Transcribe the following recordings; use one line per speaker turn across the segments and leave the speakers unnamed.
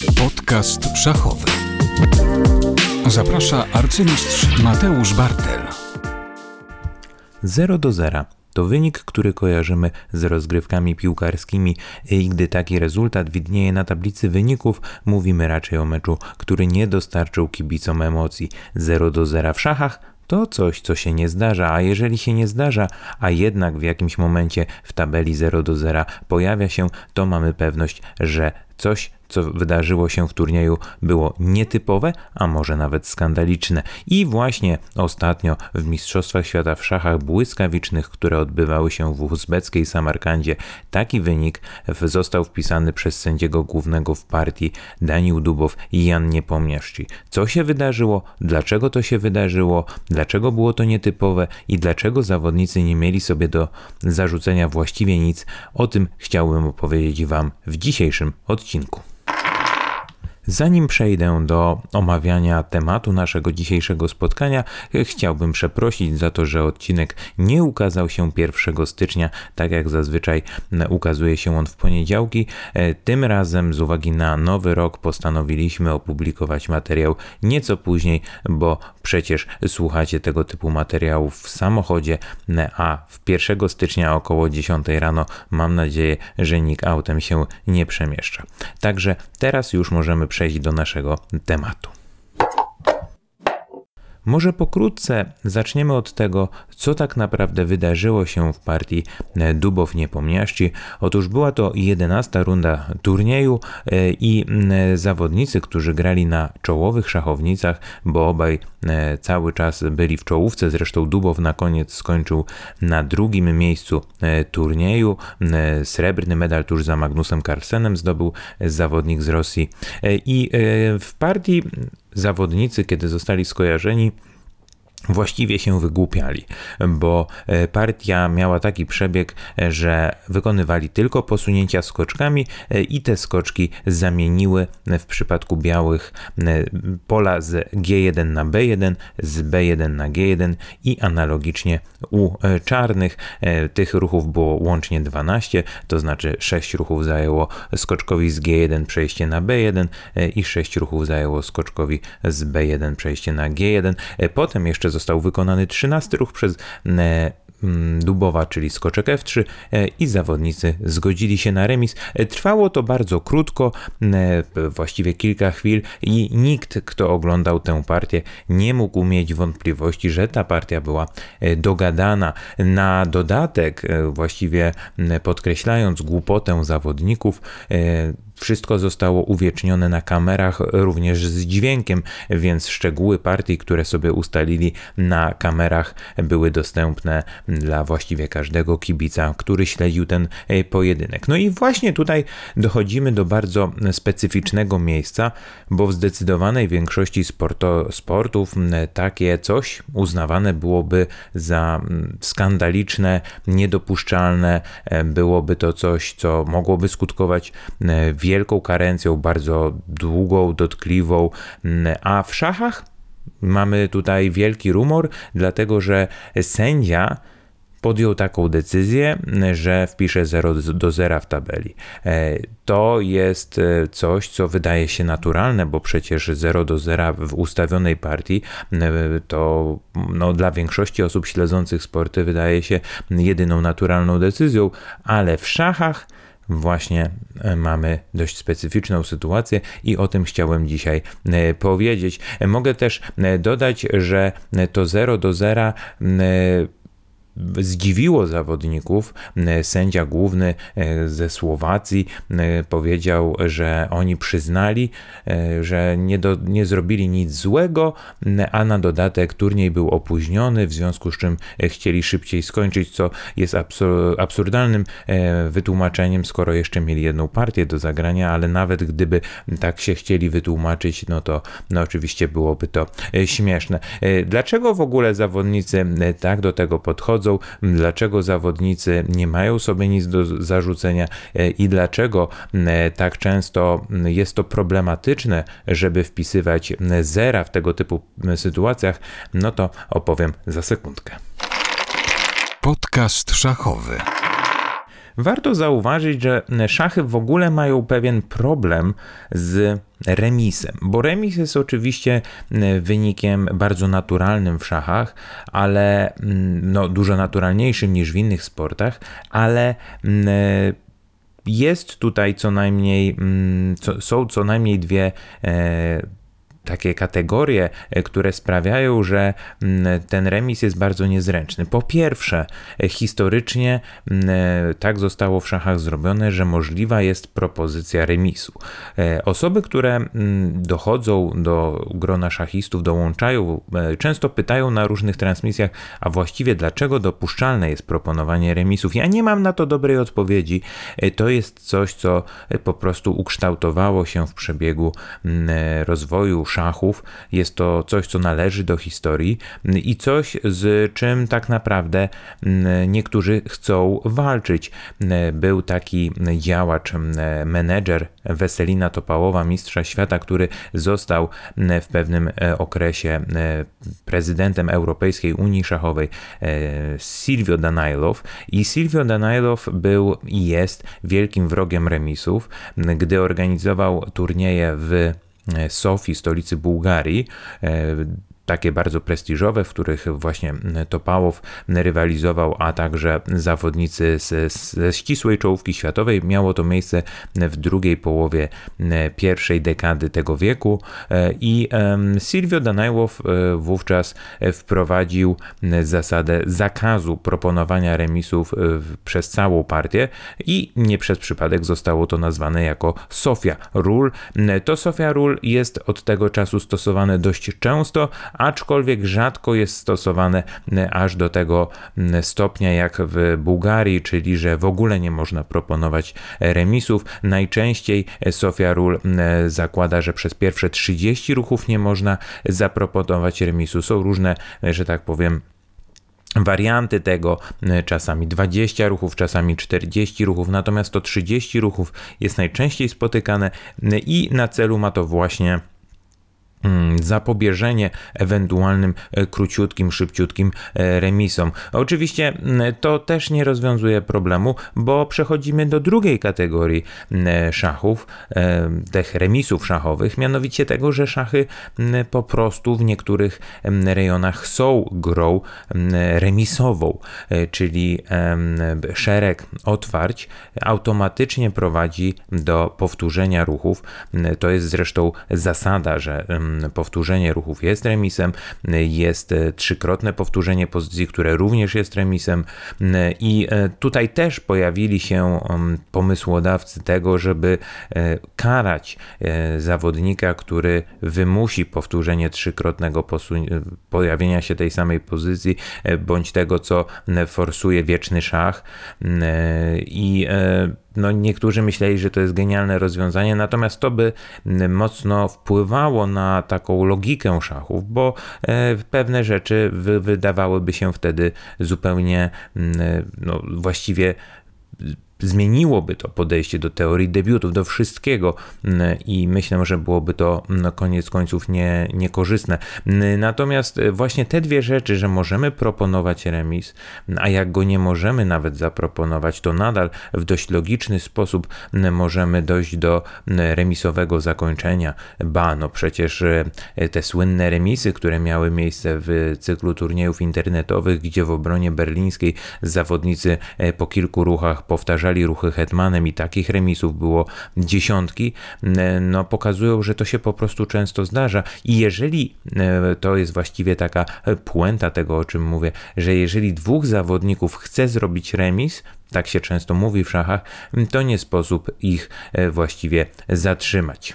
Podcast szachowy. Zaprasza arcymistrz Mateusz Bartel.
0-0 to wynik, który kojarzymy z rozgrywkami piłkarskimi i gdy taki rezultat widnieje na tablicy wyników, mówimy raczej o meczu, który nie dostarczył kibicom emocji. 0-0 w szachach to coś, co się nie zdarza, a jeżeli się nie zdarza, a jednak w jakimś momencie w tabeli 0-0 pojawia się, to mamy pewność, że coś, co wydarzyło się w turnieju, było nietypowe, a może nawet skandaliczne. I właśnie ostatnio w Mistrzostwach Świata w szachach błyskawicznych, które odbywały się w uzbeckiej Samarkandzie, taki wynik został wpisany przez sędziego głównego w partii Daniil Dubow i Jan Niepomniaszczy. Co się wydarzyło? Dlaczego to się wydarzyło? Dlaczego było to nietypowe? I dlaczego zawodnicy nie mieli sobie do zarzucenia właściwie nic? O tym chciałbym opowiedzieć Wam w dzisiejszym odcinku. Zanim przejdę do omawiania tematu naszego dzisiejszego spotkania, chciałbym przeprosić za to, że odcinek nie ukazał się 1 stycznia, tak jak zazwyczaj ukazuje się on w poniedziałki. Tym razem z uwagi na nowy rok postanowiliśmy opublikować materiał nieco później, bo przecież słuchacie tego typu materiałów w samochodzie, a w 1 stycznia około 10 rano mam nadzieję, że nikt autem się nie przemieszcza. Także teraz już możemy przejść do naszego tematu. Może pokrótce zaczniemy od tego, co tak naprawdę wydarzyło się w partii Dubow-Niepomniaszczy. Otóż była to 11. runda turnieju i zawodnicy, którzy grali na czołowych szachownicach, bo obaj cały czas byli w czołówce, zresztą Dubow na koniec skończył na 2. miejscu turnieju. Srebrny medal tuż za Magnusem Carlsenem zdobył zawodnik z Rosji i w partii zawodnicy, kiedy zostali skojarzeni, właściwie się wygłupiali, bo partia miała taki przebieg, że wykonywali tylko posunięcia skoczkami i te skoczki zamieniły w przypadku białych pola z G1 na B1, z B1 na G1 i analogicznie u czarnych. Tych ruchów było łącznie 12, to znaczy 6 ruchów zajęło skoczkowi z G1 przejście na B1 i 6 ruchów zajęło skoczkowi z B1 przejście na G1. Potem jeszcze został wykonany 13 ruch przez Dubowa, czyli skoczek F3 i zawodnicy zgodzili się na remis. Trwało to bardzo krótko, właściwie kilka chwil i nikt, kto oglądał tę partię, nie mógł mieć wątpliwości, że ta partia była dogadana. Na dodatek, właściwie podkreślając głupotę zawodników, wszystko zostało uwiecznione na kamerach, również z dźwiękiem, więc szczegóły partii, które sobie ustalili na kamerach, były dostępne dla właściwie każdego kibica, który śledził ten pojedynek. No i właśnie tutaj dochodzimy do bardzo specyficznego miejsca, bo w zdecydowanej większości sportów takie coś uznawane byłoby za skandaliczne, niedopuszczalne, byłoby to coś, co mogłoby skutkować wielką karencją, bardzo długą, dotkliwą, a w szachach mamy tutaj wielki rumor, dlatego że sędzia podjął taką decyzję, że wpisze 0-0 w tabeli. To jest coś, co wydaje się naturalne, bo przecież 0-0 w ustawionej partii to dla większości osób śledzących sporty wydaje się jedyną naturalną decyzją, ale w szachach właśnie mamy dość specyficzną sytuację i o tym chciałem dzisiaj powiedzieć. Mogę też dodać, że to 0-0 zdziwiło zawodników. Sędzia główny ze Słowacji powiedział, że oni przyznali, że nie zrobili nic złego, a na dodatek turniej był opóźniony, w związku z czym chcieli szybciej skończyć, co jest absurdalnym wytłumaczeniem, skoro jeszcze mieli jedną partię do zagrania, ale nawet gdyby tak się chcieli wytłumaczyć, no to oczywiście byłoby to śmieszne. Dlaczego w ogóle zawodnicy tak do tego podchodzą? Dlaczego zawodnicy nie mają sobie nic do zarzucenia i dlaczego tak często jest to problematyczne, żeby wpisywać zera w tego typu sytuacjach, no to opowiem za sekundkę.
Podcast szachowy.
Warto zauważyć, że szachy w ogóle mają pewien problem z remisem, bo remis jest oczywiście wynikiem bardzo naturalnym w szachach, ale dużo naturalniejszym niż w innych sportach, ale jest tutaj są co najmniej dwie takie kategorie, które sprawiają, że ten remis jest bardzo niezręczny. Po pierwsze, historycznie tak zostało w szachach zrobione, że możliwa jest propozycja remisu. Osoby, które dochodzą do grona szachistów, dołączają, często pytają na różnych transmisjach, a właściwie dlaczego dopuszczalne jest proponowanie remisów. Ja nie mam na to dobrej odpowiedzi. To jest coś, co po prostu ukształtowało się w przebiegu rozwoju szachów. Jest to coś, co należy do historii i coś, z czym tak naprawdę niektórzy chcą walczyć. Był taki działacz, menedżer Weselina Topałowa, mistrza świata, który został w pewnym okresie prezydentem Europejskiej Unii Szachowej, Silvio Danailow, i Silvio Danailow był i jest wielkim wrogiem remisów. Gdy organizował turnieje w Sofii, stolicy Bułgarii, takie bardzo prestiżowe, w których właśnie Topałow rywalizował, a także zawodnicy ze ścisłej czołówki światowej. Miało to miejsce w drugiej połowie pierwszej dekady tego wieku i Silvio Danailow wówczas wprowadził zasadę zakazu proponowania remisów przez całą partię i nie przez przypadek zostało to nazwane jako Sofia Rule. To Sofia Rule jest od tego czasu stosowane dość często, aczkolwiek rzadko jest stosowane aż do tego stopnia jak w Bułgarii, czyli że w ogóle nie można proponować remisów. Najczęściej Sofia Rule zakłada, że przez pierwsze 30 ruchów nie można zaproponować remisu. Są różne, że tak powiem, warianty tego, czasami 20 ruchów, czasami 40 ruchów, natomiast to 30 ruchów jest najczęściej spotykane i na celu ma to właśnie zapobieżenie ewentualnym króciutkim, szybciutkim remisom. Oczywiście to też nie rozwiązuje problemu, bo przechodzimy do drugiej kategorii szachów, tych remisów szachowych, mianowicie tego, że szachy po prostu w niektórych rejonach są grą remisową, czyli szereg otwarć automatycznie prowadzi do powtórzenia ruchów. To jest zresztą zasada, że powtórzenie ruchów jest remisem, jest trzykrotne powtórzenie pozycji, które również jest remisem i tutaj też pojawili się pomysłodawcy tego, żeby karać zawodnika, który wymusi powtórzenie trzykrotnego pojawienia się tej samej pozycji, bądź tego, co forsuje wieczny szach i niektórzy myśleli, że to jest genialne rozwiązanie, natomiast to by mocno wpływało na taką logikę szachów, bo pewne rzeczy wydawałyby się wtedy zupełnie właściwie zmieniłoby to podejście do teorii debiutów, do wszystkiego i myślę, że byłoby to koniec końców niekorzystne. Natomiast właśnie te dwie rzeczy, że możemy proponować remis, a jak go nie możemy nawet zaproponować, to nadal w dość logiczny sposób możemy dojść do remisowego zakończenia. Przecież te słynne remisy, które miały miejsce w cyklu turniejów internetowych, gdzie w obronie berlińskiej zawodnicy po kilku ruchach powtarzali ruchy hetmanem i takich remisów było dziesiątki, pokazują, że to się po prostu często zdarza i jeżeli to jest właściwie taka puenta tego, o czym mówię, że jeżeli dwóch zawodników chce zrobić remis, tak się często mówi w szachach, to nie sposób ich właściwie zatrzymać.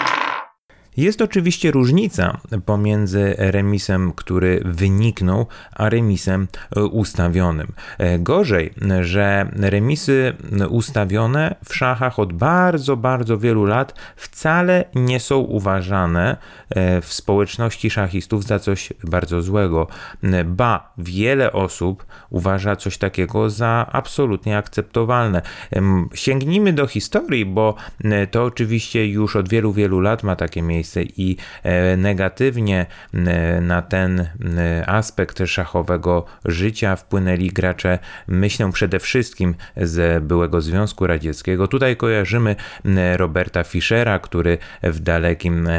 Jest oczywiście różnica pomiędzy remisem, który wyniknął, a remisem ustawionym. Gorzej, że remisy ustawione w szachach od bardzo, bardzo wielu lat wcale nie są uważane w społeczności szachistów za coś bardzo złego. Wiele osób uważa coś takiego za absolutnie akceptowalne. Sięgnijmy do historii, bo to oczywiście już od wielu, wielu lat ma takie miejsce. miejsce i negatywnie na ten aspekt szachowego życia wpłynęli gracze, myślę przede wszystkim z byłego Związku Radzieckiego. Tutaj kojarzymy Roberta Fischera, który w dalekim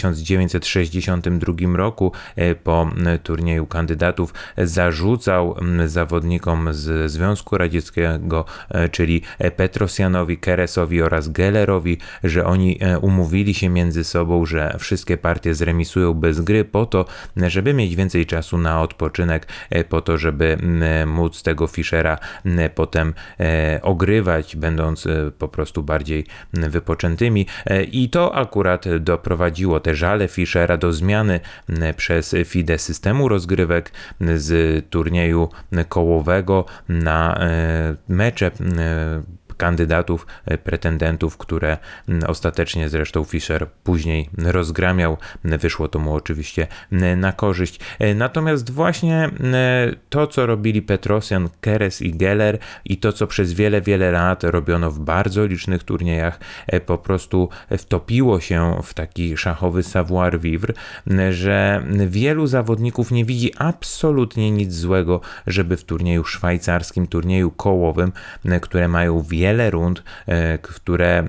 1962 roku po turnieju kandydatów zarzucał zawodnikom z Związku Radzieckiego, czyli Petrosjanowi, Keresowi oraz Gellerowi, że oni umówili się między sobą, że wszystkie partie zremisują bez gry po to, żeby mieć więcej czasu na odpoczynek, po to, żeby móc tego Fischera potem ogrywać, będąc po prostu bardziej wypoczętymi. I to akurat doprowadziło te żale Fischera do zmiany przez FIDE systemu rozgrywek z turnieju kołowego na mecze kandydatów, pretendentów, które ostatecznie zresztą Fischer później rozgramiał. Wyszło to mu oczywiście na korzyść. Natomiast właśnie to, co robili Petrosjan, Keres i Geller i to, co przez wiele, wiele lat robiono w bardzo licznych turniejach, po prostu wtopiło się w taki szachowy savoir-vivre, że wielu zawodników nie widzi absolutnie nic złego, żeby w turnieju szwajcarskim, turnieju kołowym, które mają wiele rund, które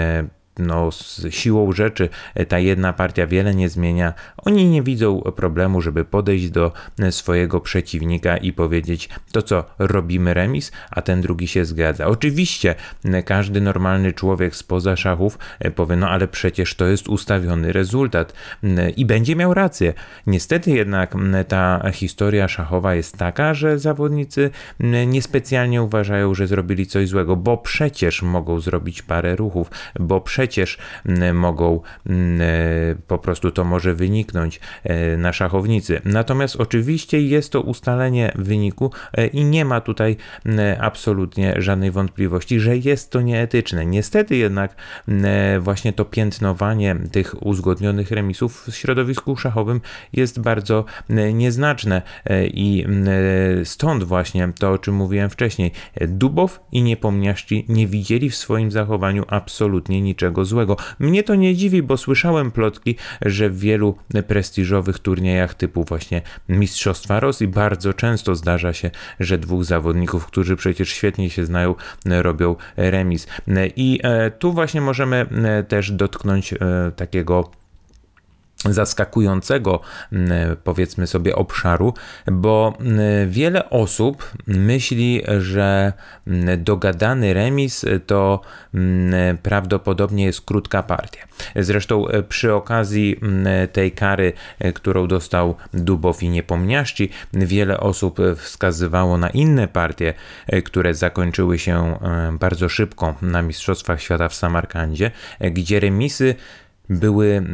z siłą rzeczy ta jedna partia wiele nie zmienia. Oni nie widzą problemu, żeby podejść do swojego przeciwnika i powiedzieć: to co, robimy remis, a ten drugi się zgadza. Oczywiście każdy normalny człowiek spoza szachów powie: no ale przecież to jest ustawiony rezultat, i będzie miał rację. Niestety jednak ta historia szachowa jest taka, że zawodnicy niespecjalnie uważają, że zrobili coś złego, bo przecież mogą zrobić parę ruchów, bo przecież mogą, po prostu to może wyniknąć na szachownicy. Natomiast oczywiście jest to ustalenie wyniku i nie ma tutaj absolutnie żadnej wątpliwości, że jest to nieetyczne. Niestety jednak właśnie to piętnowanie tych uzgodnionych remisów w środowisku szachowym jest bardzo nieznaczne i stąd właśnie to, o czym mówiłem wcześniej. Dubow i Niepomniaczci nie widzieli w swoim zachowaniu absolutnie niczego złego. Mnie to nie dziwi, bo słyszałem plotki, że w wielu prestiżowych turniejach typu właśnie Mistrzostwa Rosji bardzo często zdarza się, że dwóch zawodników, którzy przecież świetnie się znają, robią remis. I tu właśnie możemy też dotknąć takiego zaskakującego, powiedzmy sobie, obszaru, bo wiele osób myśli, że dogadany remis to prawdopodobnie jest krótka partia. Zresztą przy okazji tej kary, którą dostał Dubow i Niepomniaczci, wiele osób wskazywało na inne partie, które zakończyły się bardzo szybko na Mistrzostwach Świata w Samarkandzie, gdzie remisy były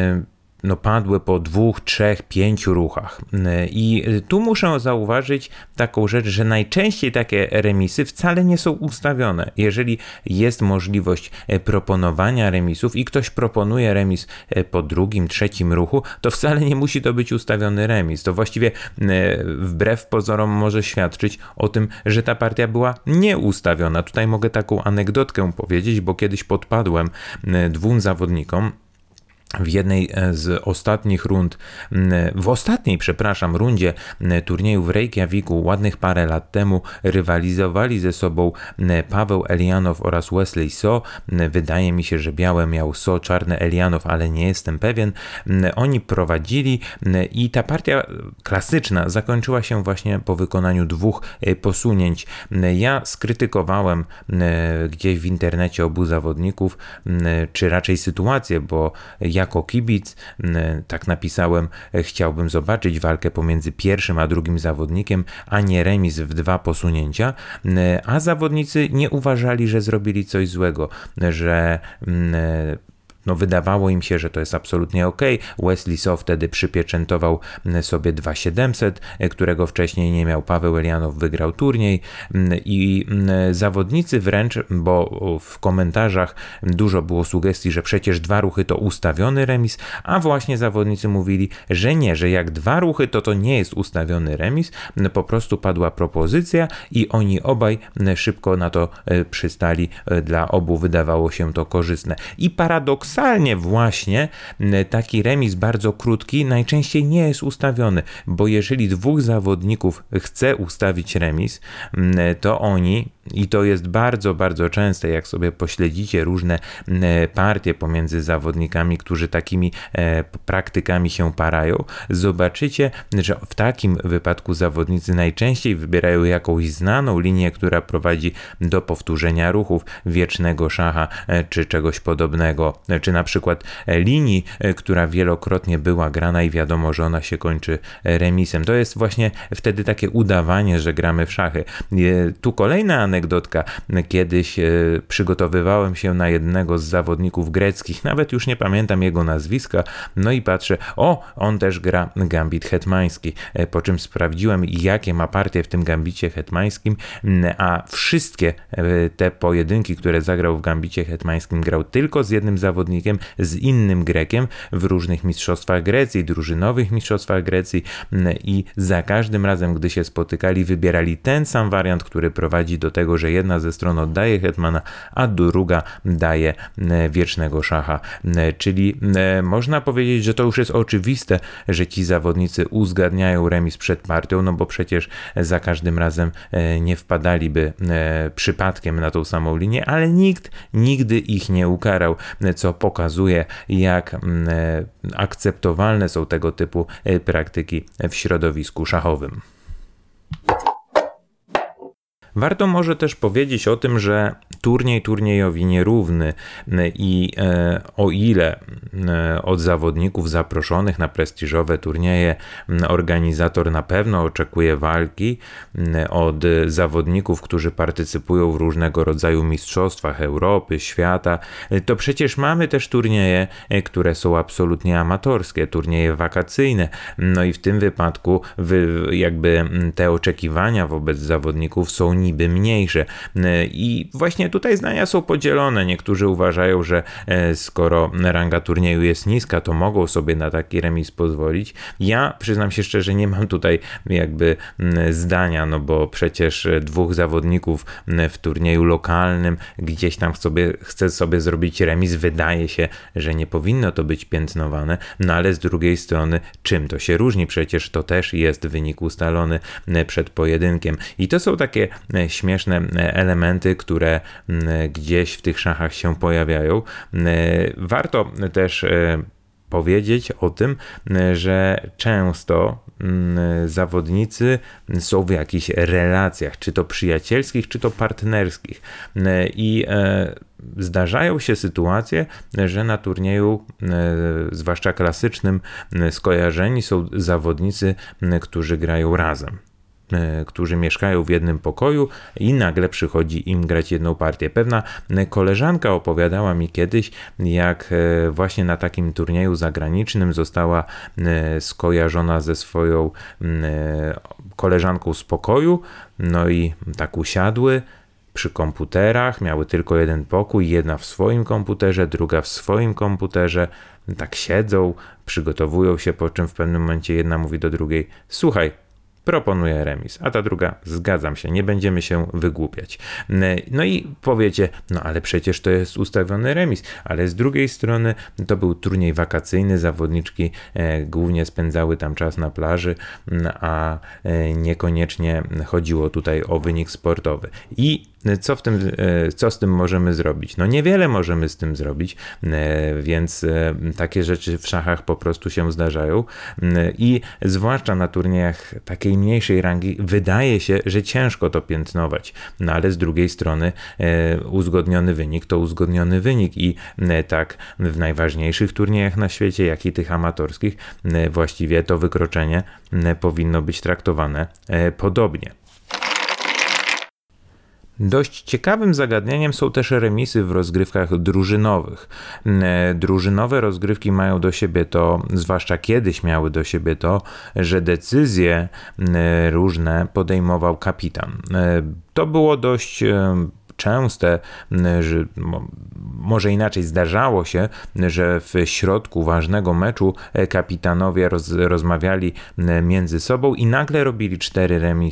padły po 2, 3, 5 ruchach. I tu muszę zauważyć taką rzecz, że najczęściej takie remisy wcale nie są ustawione. Jeżeli jest możliwość proponowania remisów i ktoś proponuje remis po 2, 3 ruchu, to wcale nie musi to być ustawiony remis. To właściwie wbrew pozorom może świadczyć o tym, że ta partia była nieustawiona. Tutaj mogę taką anegdotkę powiedzieć, bo kiedyś podpadłem dwóm zawodnikom w jednej z ostatnich rund, w ostatniej rundzie turnieju w Reykjaviku ładnych parę lat temu rywalizowali ze sobą Paweł Elianow oraz Wesley So. Wydaje mi się, że białe miał So, czarne Elianow, ale nie jestem pewien. Oni prowadzili i ta partia klasyczna zakończyła się właśnie po wykonaniu 2 posunięć. Ja skrytykowałem gdzieś w internecie obu zawodników, czy raczej sytuację, bo jako kibic, tak napisałem, chciałbym zobaczyć walkę pomiędzy pierwszym a drugim zawodnikiem, a nie remis w 2 posunięcia, a zawodnicy nie uważali, że zrobili coś złego, że wydawało im się, że to jest absolutnie ok. Wesley So wtedy przypieczętował sobie 2700, którego wcześniej nie miał. Paweł Elianow wygrał turniej i zawodnicy wręcz, bo w komentarzach dużo było sugestii, że przecież 2 ruchy to ustawiony remis, a właśnie zawodnicy mówili, że nie, że jak 2 ruchy to nie jest ustawiony remis, po prostu padła propozycja i oni obaj szybko na to przystali. Dla obu wydawało się to korzystne. I paradoksalnie paradoksalnie właśnie taki remis bardzo krótki najczęściej nie jest ustawiony, bo jeżeli dwóch zawodników chce ustawić remis, to oni, i to jest bardzo, bardzo częste, jak sobie pośledzicie różne partie pomiędzy zawodnikami, którzy takimi praktykami się parają, zobaczycie, że w takim wypadku zawodnicy najczęściej wybierają jakąś znaną linię, która prowadzi do powtórzenia ruchów wiecznego szacha, czy czegoś podobnego, czy na przykład linii, która wielokrotnie była grana i wiadomo, że ona się kończy remisem. To jest właśnie wtedy takie udawanie, że gramy w szachy. Tu kolejna anegdotka. Kiedyś przygotowywałem się na jednego z zawodników greckich, nawet już nie pamiętam jego nazwiska, no i patrzę, on też gra gambit hetmański, po czym sprawdziłem, jakie ma partie w tym gambicie hetmańskim, a wszystkie te pojedynki, które zagrał w gambicie hetmańskim, grał tylko z jednym zawodnikiem, z innym Grekiem w różnych mistrzostwach Grecji, drużynowych mistrzostwach Grecji i za każdym razem, gdy się spotykali, wybierali ten sam wariant, który prowadzi do tego, że jedna ze stron oddaje hetmana, a druga daje wiecznego szacha. Czyli można powiedzieć, że to już jest oczywiste, że ci zawodnicy uzgadniają remis przed partią, no bo przecież za każdym razem nie wpadaliby przypadkiem na tą samą linię, ale nikt nigdy ich nie ukarał, co pokazuje, jak akceptowalne są tego typu praktyki w środowisku szachowym. Warto może też powiedzieć o tym, że turniej turniejowi nierówny i o ile od zawodników zaproszonych na prestiżowe turnieje organizator na pewno oczekuje walki, od zawodników, którzy partycypują w różnego rodzaju mistrzostwach Europy, świata, to przecież mamy też turnieje, które są absolutnie amatorskie, turnieje wakacyjne, no i w tym wypadku jakby te oczekiwania wobec zawodników są niby mniejsze i właśnie tutaj zdania są podzielone. Niektórzy uważają, że skoro ranga turnieju jest niska, to mogą sobie na taki remis pozwolić. Ja przyznam się szczerze, nie mam tutaj jakby zdania, no bo przecież dwóch zawodników w turnieju lokalnym gdzieś tam chce sobie zrobić remis, wydaje się, że nie powinno to być piętnowane, no ale z drugiej strony czym to się różni? Przecież to też jest wynik ustalony przed pojedynkiem i to są takie śmieszne elementy, które gdzieś w tych szachach się pojawiają. Warto też powiedzieć o tym, że często zawodnicy są w jakichś relacjach, czy to przyjacielskich, czy to partnerskich i zdarzają się sytuacje, że na turnieju, zwłaszcza klasycznym, skojarzeni są zawodnicy, którzy grają razem, którzy mieszkają w jednym pokoju i nagle przychodzi im grać jedną partię. Pewna koleżanka opowiadała mi kiedyś, jak właśnie na takim turnieju zagranicznym została skojarzona ze swoją koleżanką z pokoju, no i tak usiadły przy komputerach, miały tylko jeden pokój, jedna w swoim komputerze, druga w swoim komputerze, tak siedzą, przygotowują się, po czym w pewnym momencie jedna mówi do drugiej: słuchaj, proponuję remis, a ta druga: zgadzam się, nie będziemy się wygłupiać. No i powiecie, no ale przecież to jest ustawiony remis, ale z drugiej strony to był turniej wakacyjny, zawodniczki głównie spędzały tam czas na plaży, a niekoniecznie chodziło tutaj o wynik sportowy. I co z tym możemy zrobić? No niewiele możemy z tym zrobić, więc takie rzeczy w szachach po prostu się zdarzają i zwłaszcza na turniejach takiej mniejszej rangi wydaje się, że ciężko to piętnować, no ale z drugiej strony uzgodniony wynik to uzgodniony wynik i tak w najważniejszych turniejach na świecie, jak i tych amatorskich, właściwie to wykroczenie powinno być traktowane podobnie. Dość ciekawym zagadnieniem są też remisy w rozgrywkach drużynowych. Drużynowe rozgrywki mają do siebie to, zwłaszcza kiedyś miały do siebie to, że decyzje różne podejmował kapitan. To było dość częste, że może inaczej zdarzało się, że w środku ważnego meczu kapitanowie rozmawiali między sobą i nagle robili 4 remisy.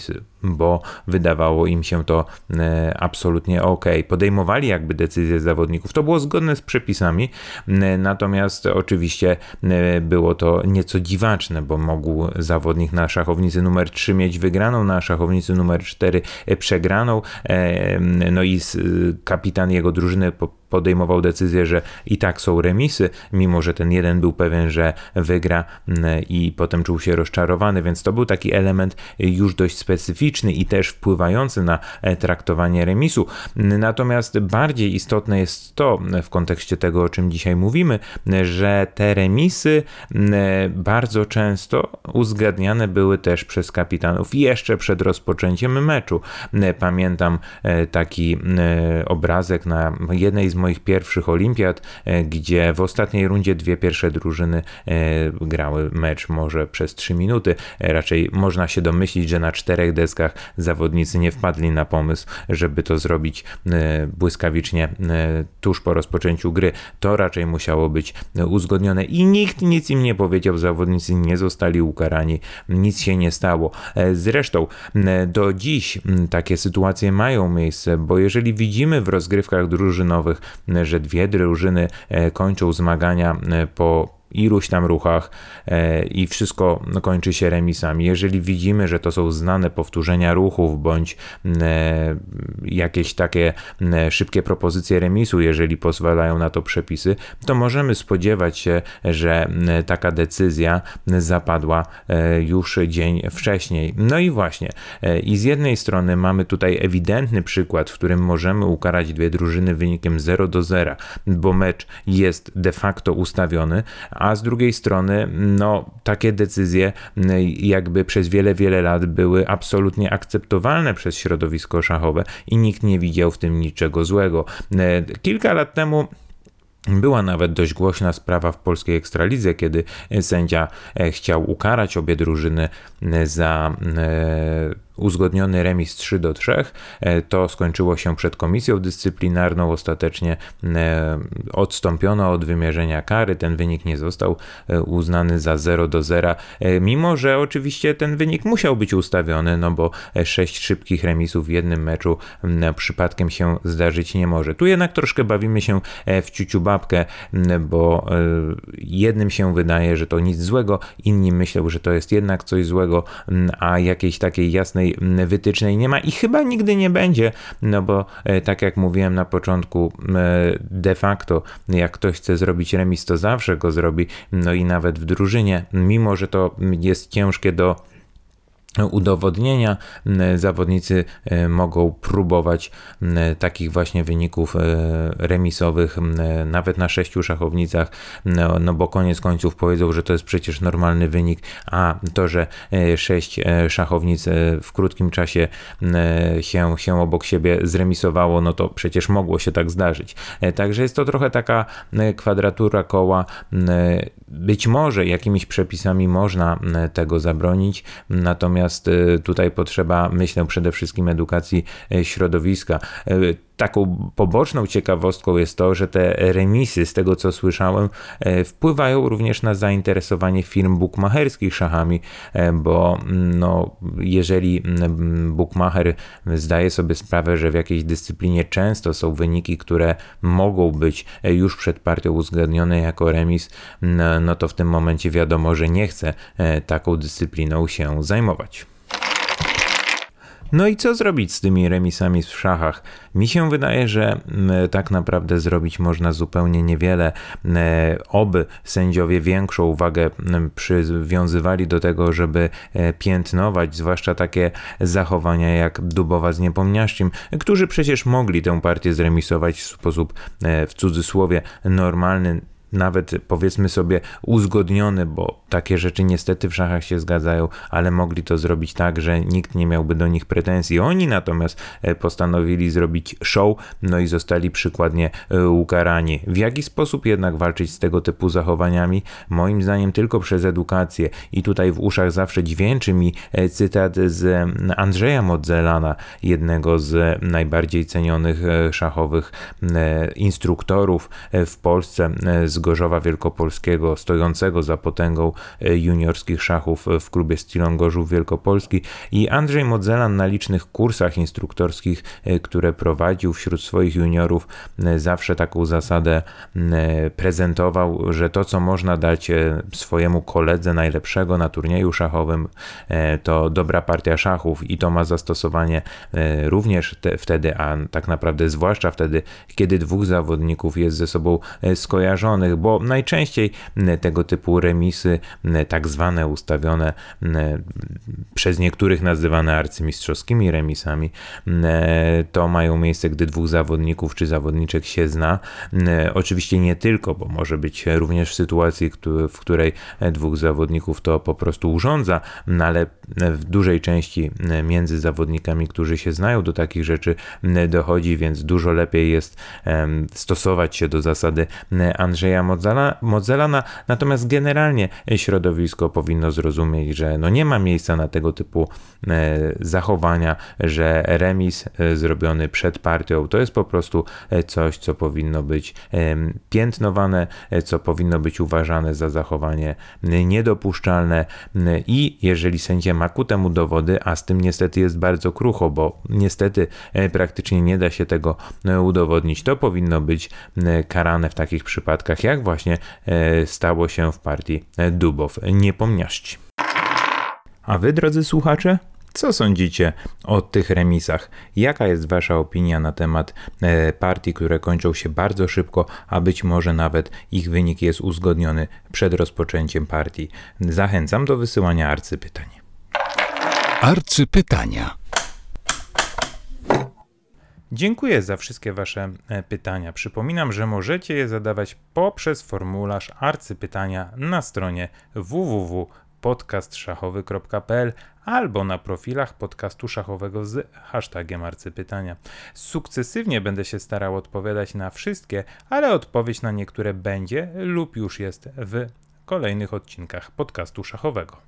bo wydawało im się to absolutnie okej. Podejmowali jakby decyzje zawodników. To było zgodne z przepisami, natomiast oczywiście było to nieco dziwaczne, bo mógł zawodnik na szachownicy numer 3 mieć wygraną, na szachownicy numer 4 przegraną, no i kapitan jego drużyny podejmował decyzję, że i tak są remisy, mimo że ten jeden był pewien, że wygra i potem czuł się rozczarowany, więc to był taki element już dość specyficzny i też wpływający na traktowanie remisu. Natomiast bardziej istotne jest to w kontekście tego, o czym dzisiaj mówimy, że te remisy bardzo często uzgadniane były też przez kapitanów jeszcze przed rozpoczęciem meczu. Pamiętam taki obrazek na jednej z moich pierwszych olimpiad, gdzie w ostatniej rundzie dwie pierwsze drużyny grały mecz może przez 3 minuty. Raczej można się domyślić, że na 4 deskach zawodnicy nie wpadli na pomysł, żeby to zrobić błyskawicznie tuż po rozpoczęciu gry. To raczej musiało być uzgodnione i nikt nic im nie powiedział, zawodnicy nie zostali ukarani, nic się nie stało. Zresztą do dziś takie sytuacje mają miejsce, bo jeżeli widzimy w rozgrywkach drużynowych, że dwie drużyny kończą zmagania po iluś tam ruchach i wszystko kończy się remisami. Jeżeli widzimy, że to są znane powtórzenia ruchów bądź jakieś takie szybkie propozycje remisu, jeżeli pozwalają na to przepisy, to możemy spodziewać się, że taka decyzja zapadła już dzień wcześniej. No i właśnie, i z jednej strony mamy tutaj ewidentny przykład, w którym możemy ukarać dwie drużyny wynikiem 0-0, bo mecz jest de facto ustawiony, a z drugiej strony takie decyzje jakby przez wiele lat były absolutnie akceptowalne przez środowisko szachowe i nikt nie widział w tym niczego złego. Kilka lat temu była nawet dość głośna sprawa w polskiej ekstralidze, kiedy sędzia chciał ukarać obie drużyny za uzgodniony remis 3-3. To skończyło się przed komisją dyscyplinarną. Ostatecznie odstąpiono od wymierzenia kary. Ten wynik nie został uznany za 0-0, mimo że oczywiście ten wynik musiał być ustawiony, bo 6 szybkich remisów w jednym meczu przypadkiem się zdarzyć nie może. Tu jednak troszkę bawimy się w ciuciu babkę, bo jednym się wydaje, że to nic złego, inni myślą, że to jest jednak coś złego, a jakiejś takiej jasnej wytycznej nie ma i chyba nigdy nie będzie, bo tak jak mówiłem na początku, de facto jak ktoś chce zrobić remis, to zawsze go zrobi, i nawet w drużynie, mimo że to jest ciężkie do udowodnienia, zawodnicy mogą próbować takich właśnie wyników remisowych nawet na 6 szachownicach, bo koniec końców powiedzą, że to jest przecież normalny wynik, a to, że 6 szachownic w krótkim czasie się obok siebie zremisowało, to przecież mogło się tak zdarzyć. Także jest to trochę taka kwadratura koła. Być może jakimiś przepisami można tego zabronić, natomiast tutaj potrzeba, myślę, przede wszystkim edukacji środowiska. Taką poboczną ciekawostką jest to, że te remisy, z tego co słyszałem, wpływają również na zainteresowanie firm bukmacherskich szachami, bo jeżeli bukmacher zdaje sobie sprawę, że w jakiejś dyscyplinie często są wyniki, które mogą być już przed partią uzgodnione jako remis, to w tym momencie wiadomo, że nie chce taką dyscypliną się zajmować. No i co zrobić z tymi remisami w szachach? Mi się wydaje, że tak naprawdę zrobić można zupełnie niewiele. Oby sędziowie większą uwagę przywiązywali do tego, żeby piętnować, zwłaszcza takie zachowania jak Dubowa z Niepomniaszczym, którzy przecież mogli tę partię zremisować w sposób, w cudzysłowie, normalny, nawet powiedzmy sobie uzgodniony, bo takie rzeczy niestety w szachach się zgadzają, ale mogli to zrobić tak, że nikt nie miałby do nich pretensji. Oni natomiast postanowili zrobić show, i zostali przykładnie ukarani. W jaki sposób jednak walczyć z tego typu zachowaniami? Moim zdaniem tylko przez edukację. I tutaj w uszach zawsze dźwięczy mi cytat z Andrzeja Modzelana, jednego z najbardziej cenionych szachowych instruktorów w Polsce, z z Gorzowa Wielkopolskiego, stojącego za potęgą juniorskich szachów w klubie Stilon Gorzów Wielkopolski, i Andrzej Modzelan na licznych kursach instruktorskich, które prowadził wśród swoich juniorów, zawsze taką zasadę prezentował, że to, co można dać swojemu koledze najlepszego na turnieju szachowym, to dobra partia szachów, i to ma zastosowanie również wtedy, a tak naprawdę zwłaszcza wtedy, kiedy dwóch zawodników jest ze sobą skojarzonych, bo najczęściej tego typu remisy, tak zwane ustawione, przez niektórych nazywane arcymistrzowskimi remisami, to mają miejsce, gdy dwóch zawodników czy zawodniczek się zna. Oczywiście nie tylko, bo może być również sytuacji, w której dwóch zawodników to po prostu urządza, ale w dużej części między zawodnikami, którzy się znają, do takich rzeczy dochodzi, więc dużo lepiej jest stosować się do zasady Andrzeja Modzelana. Natomiast generalnie środowisko powinno zrozumieć, że nie ma miejsca na tego typu zachowania, że remis zrobiony przed partią to jest po prostu coś, co powinno być piętnowane, co powinno być uważane za zachowanie niedopuszczalne, i jeżeli sędzia ma ku temu dowody, a z tym niestety jest bardzo krucho, bo niestety praktycznie nie da się tego udowodnić, to powinno być karane w takich przypadkach, jak właśnie stało się w partii Dubow-Niepomniaszcz. A wy, drodzy słuchacze, co sądzicie o tych remisach? Jaka jest wasza opinia na temat partii, które kończą się bardzo szybko, a być może nawet ich wynik jest uzgodniony przed rozpoczęciem partii? Zachęcam do wysyłania arcypytań.
Arcypytania.
Dziękuję za wszystkie wasze pytania. Przypominam, że możecie je zadawać poprzez formularz arcypytania na stronie www.podcastszachowy.pl albo na profilach podcastu szachowego z hashtagiem arcypytania. Sukcesywnie będę się starał odpowiadać na wszystkie, ale odpowiedź na niektóre będzie lub już jest w kolejnych odcinkach podcastu szachowego.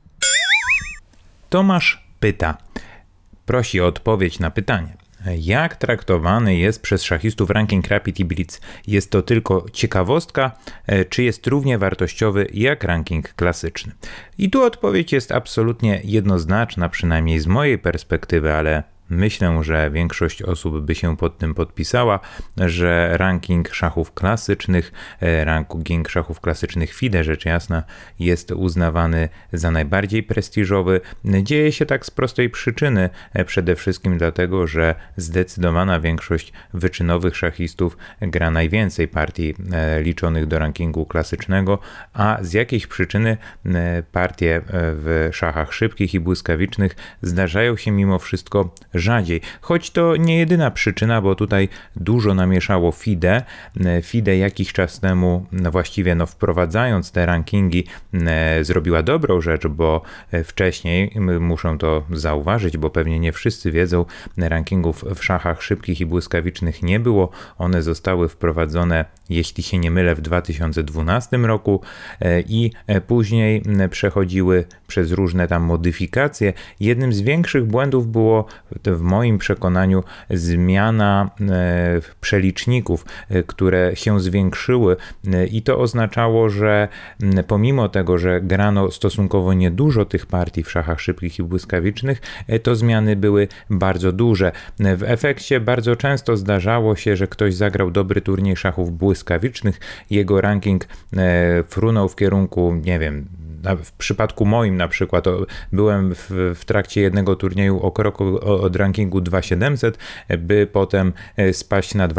Tomasz pyta, prosi o odpowiedź na pytanie. Jak traktowany jest przez szachistów ranking Rapid i Blitz? Jest to tylko ciekawostka, czy jest równie wartościowy jak ranking klasyczny? I tu odpowiedź jest absolutnie jednoznaczna, przynajmniej z mojej perspektywy, ale myślę, że większość osób by się pod tym podpisała, że ranking szachów klasycznych, ranking szachów klasycznych FIDE, rzecz jasna, jest uznawany za najbardziej prestiżowy. Dzieje się tak z prostej przyczyny, przede wszystkim dlatego, że zdecydowana większość wyczynowych szachistów gra najwięcej partii liczonych do rankingu klasycznego, a z jakiejś przyczyny partie w szachach szybkich i błyskawicznych zdarzają się mimo wszystko rzadziej. Choć to nie jedyna przyczyna, bo tutaj dużo namieszało FIDE. FIDE jakiś czas temu, właściwie wprowadzając te rankingi, zrobiła dobrą rzecz, bo wcześniej, muszę to zauważyć, bo pewnie nie wszyscy wiedzą, rankingów w szachach szybkich i błyskawicznych nie było. One zostały wprowadzone, jeśli się nie mylę, w 2012 roku i później przechodziły przez różne tam modyfikacje. Jednym z większych błędów było w moim przekonaniu zmiana przeliczników, które się zwiększyły, i to oznaczało, że pomimo tego, że grano stosunkowo niedużo tych partii w szachach szybkich i błyskawicznych, to zmiany były bardzo duże. W efekcie bardzo często zdarzało się, że ktoś zagrał dobry turniej szachów błyskawicznych, jego ranking frunął w kierunku, nie wiem, w przypadku moim na przykład byłem w trakcie jednego turnieju o krok od rankingu 2700, by potem spaść na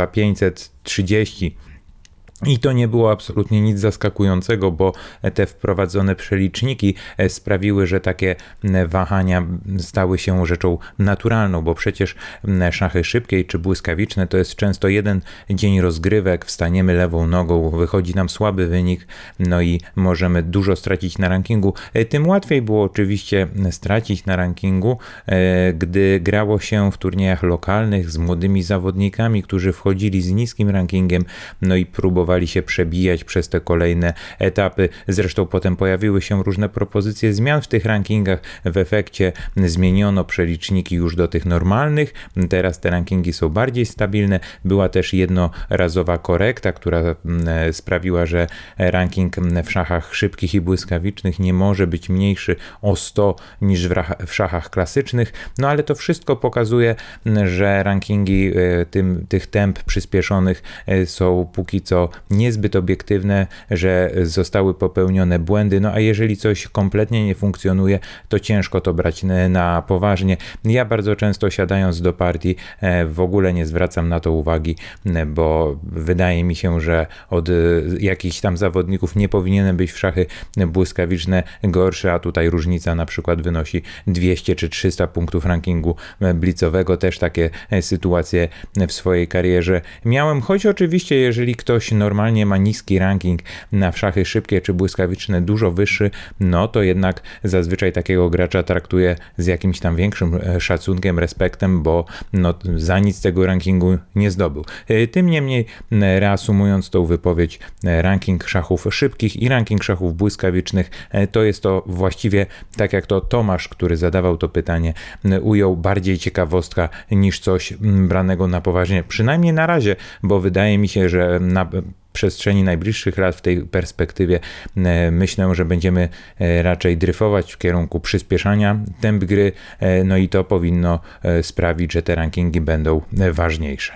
2530. I to nie było absolutnie nic zaskakującego, bo te wprowadzone przeliczniki sprawiły, że takie wahania stały się rzeczą naturalną, bo przecież szachy szybkie czy błyskawiczne to jest często jeden dzień rozgrywek, wstaniemy lewą nogą, wychodzi nam słaby wynik, i możemy dużo stracić na rankingu. Tym łatwiej było oczywiście stracić na rankingu, gdy grało się w turniejach lokalnych z młodymi zawodnikami, którzy wchodzili z niskim rankingiem, i próbowali próbowali się przebijać przez te kolejne etapy. Zresztą potem pojawiły się różne propozycje zmian w tych rankingach. W efekcie zmieniono przeliczniki już do tych normalnych. Teraz te rankingi są bardziej stabilne. Była też jednorazowa korekta, która sprawiła, że ranking w szachach szybkich i błyskawicznych nie może być mniejszy o 100 niż w szachach klasycznych. No ale to wszystko pokazuje, że rankingi tych temp przyspieszonych są póki co niezbyt obiektywne, że zostały popełnione błędy. No a jeżeli coś kompletnie nie funkcjonuje, to ciężko to brać na poważnie. Ja bardzo często siadając do partii w ogóle nie zwracam na to uwagi, bo wydaje mi się, że od jakichś tam zawodników nie powinienem być w szachy błyskawiczne gorszy, a tutaj różnica na przykład wynosi 200 czy 300 punktów rankingu blitzowego. Też takie sytuacje w swojej karierze miałem, choć oczywiście jeżeli ktoś normalnie ma niski ranking na szachy szybkie czy błyskawiczne dużo wyższy, no to jednak zazwyczaj takiego gracza traktuje z jakimś tam większym szacunkiem, respektem, bo no, za nic tego rankingu nie zdobył. Tym niemniej, reasumując tą wypowiedź, ranking szachów szybkich i ranking szachów błyskawicznych to jest to właściwie, tak jak to Tomasz, który zadawał to pytanie, ujął, bardziej ciekawostka niż coś branego na poważnie, przynajmniej na razie, bo wydaje mi się, że na przestrzeni najbliższych lat w tej perspektywie myślę, że będziemy raczej dryfować w kierunku przyspieszania temp gry, no i to powinno sprawić, że te rankingi będą ważniejsze.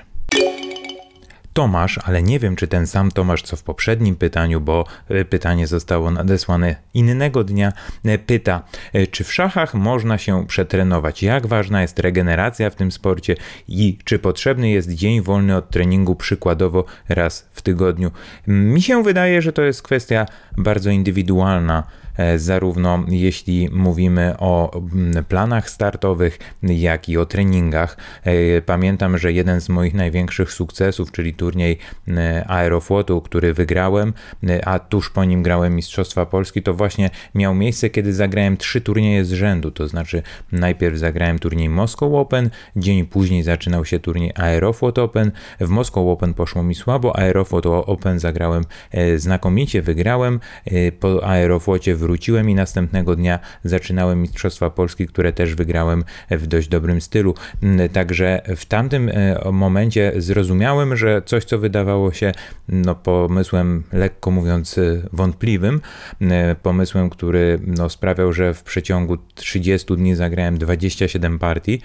Tomasz, ale nie wiem, czy ten sam Tomasz, co w poprzednim pytaniu, bo pytanie zostało nadesłane innego dnia, pyta, czy w szachach można się przetrenować? Jak ważna jest regeneracja w tym sporcie i czy potrzebny jest dzień wolny od treningu, przykładowo raz w tygodniu? Mi się wydaje, że to jest kwestia bardzo indywidualna, zarówno jeśli mówimy o planach startowych, jak i o treningach. Pamiętam, że jeden z moich największych sukcesów, czyli turniej Aeroflotu, który wygrałem, a tuż po nim grałem Mistrzostwa Polski, to właśnie miał miejsce, kiedy zagrałem 3 turnieje z rzędu, to znaczy najpierw zagrałem turniej Moscow Open, dzień później zaczynał się turniej Aeroflot Open, w Moscow Open poszło mi słabo, Aeroflot Open zagrałem znakomicie, wygrałem, po Aeroflocie wróciłem i następnego dnia zaczynałem Mistrzostwa Polski, które też wygrałem w dość dobrym stylu. Także w tamtym momencie zrozumiałem, że coś, co wydawało się pomysłem, lekko mówiąc, wątpliwym, pomysłem, który sprawiał, że w przeciągu 30 dni zagrałem 27 partii,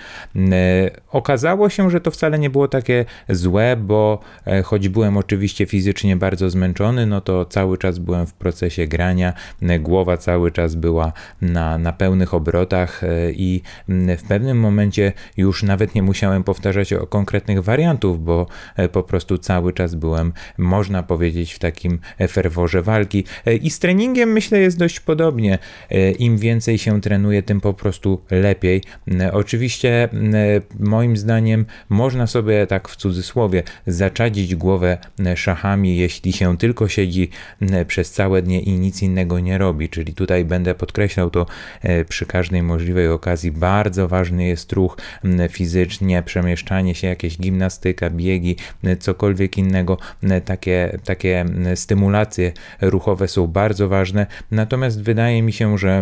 okazało się, że to wcale nie było takie złe, bo choć byłem oczywiście fizycznie bardzo zmęczony, no to cały czas byłem w procesie grania, głowa cały czas była na pełnych obrotach i w pewnym momencie już nawet nie musiałem powtarzać o konkretnych wariantów, bo po prostu cały czas byłem, można powiedzieć, w takim ferworze walki. I z treningiem myślę jest dość podobnie. Im więcej się trenuje, tym po prostu lepiej. Oczywiście moim zdaniem można sobie tak w cudzysłowie zaczadzić głowę szachami, jeśli się tylko siedzi przez całe dnie i nic innego nie robi, czyli tutaj będę podkreślał to przy każdej możliwej okazji. Bardzo ważny jest ruch fizycznie, przemieszczanie się, jakieś gimnastyka, biegi, cokolwiek innego. Takie stymulacje ruchowe są bardzo ważne, natomiast wydaje mi się, że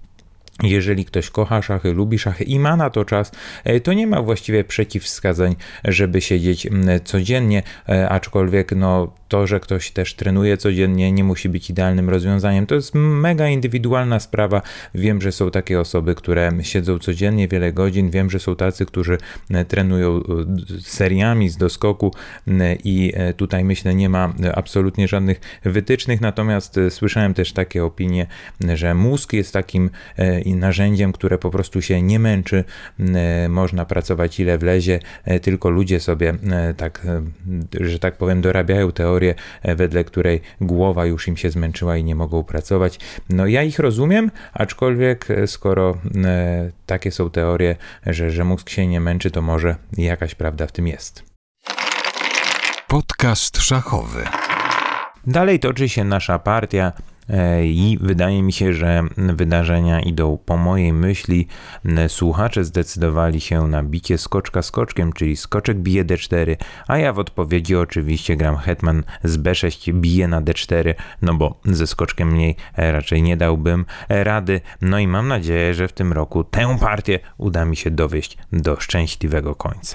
jeżeli ktoś kocha szachy, lubi szachy i ma na to czas, to nie ma właściwie przeciwwskazań, żeby siedzieć codziennie, aczkolwiek to, że ktoś też trenuje codziennie, nie musi być idealnym rozwiązaniem. To jest mega indywidualna sprawa. Wiem, że są takie osoby, które siedzą codziennie wiele godzin. Wiem, że są tacy, którzy trenują seriami z doskoku i tutaj myślę, nie ma absolutnie żadnych wytycznych. Natomiast słyszałem też takie opinie, że mózg jest takim narzędziem, które po prostu się nie męczy. Można pracować ile wlezie, tylko ludzie sobie tak, że tak powiem, dorabiają teorię, wedle której głowa już im się zmęczyła i nie mogą pracować. Ja ich rozumiem, aczkolwiek skoro takie są teorie, że mózg się nie męczy, to może jakaś prawda w tym jest.
Podcast szachowy.
Dalej toczy się nasza partia. i wydaje mi się, że wydarzenia idą po mojej myśli. Słuchacze zdecydowali się na bicie skoczka skoczkiem, czyli skoczek bije d4, a ja w odpowiedzi oczywiście gram hetman z b6 bije na d4, no bo ze skoczkiem mniej raczej nie dałbym rady. No i mam nadzieję, że w tym roku tę partię uda mi się dowieść do szczęśliwego końca.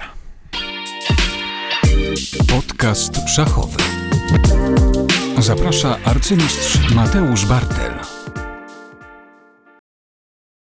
Podcast szachowy. Zaprasza arcymistrz Mateusz Bartel.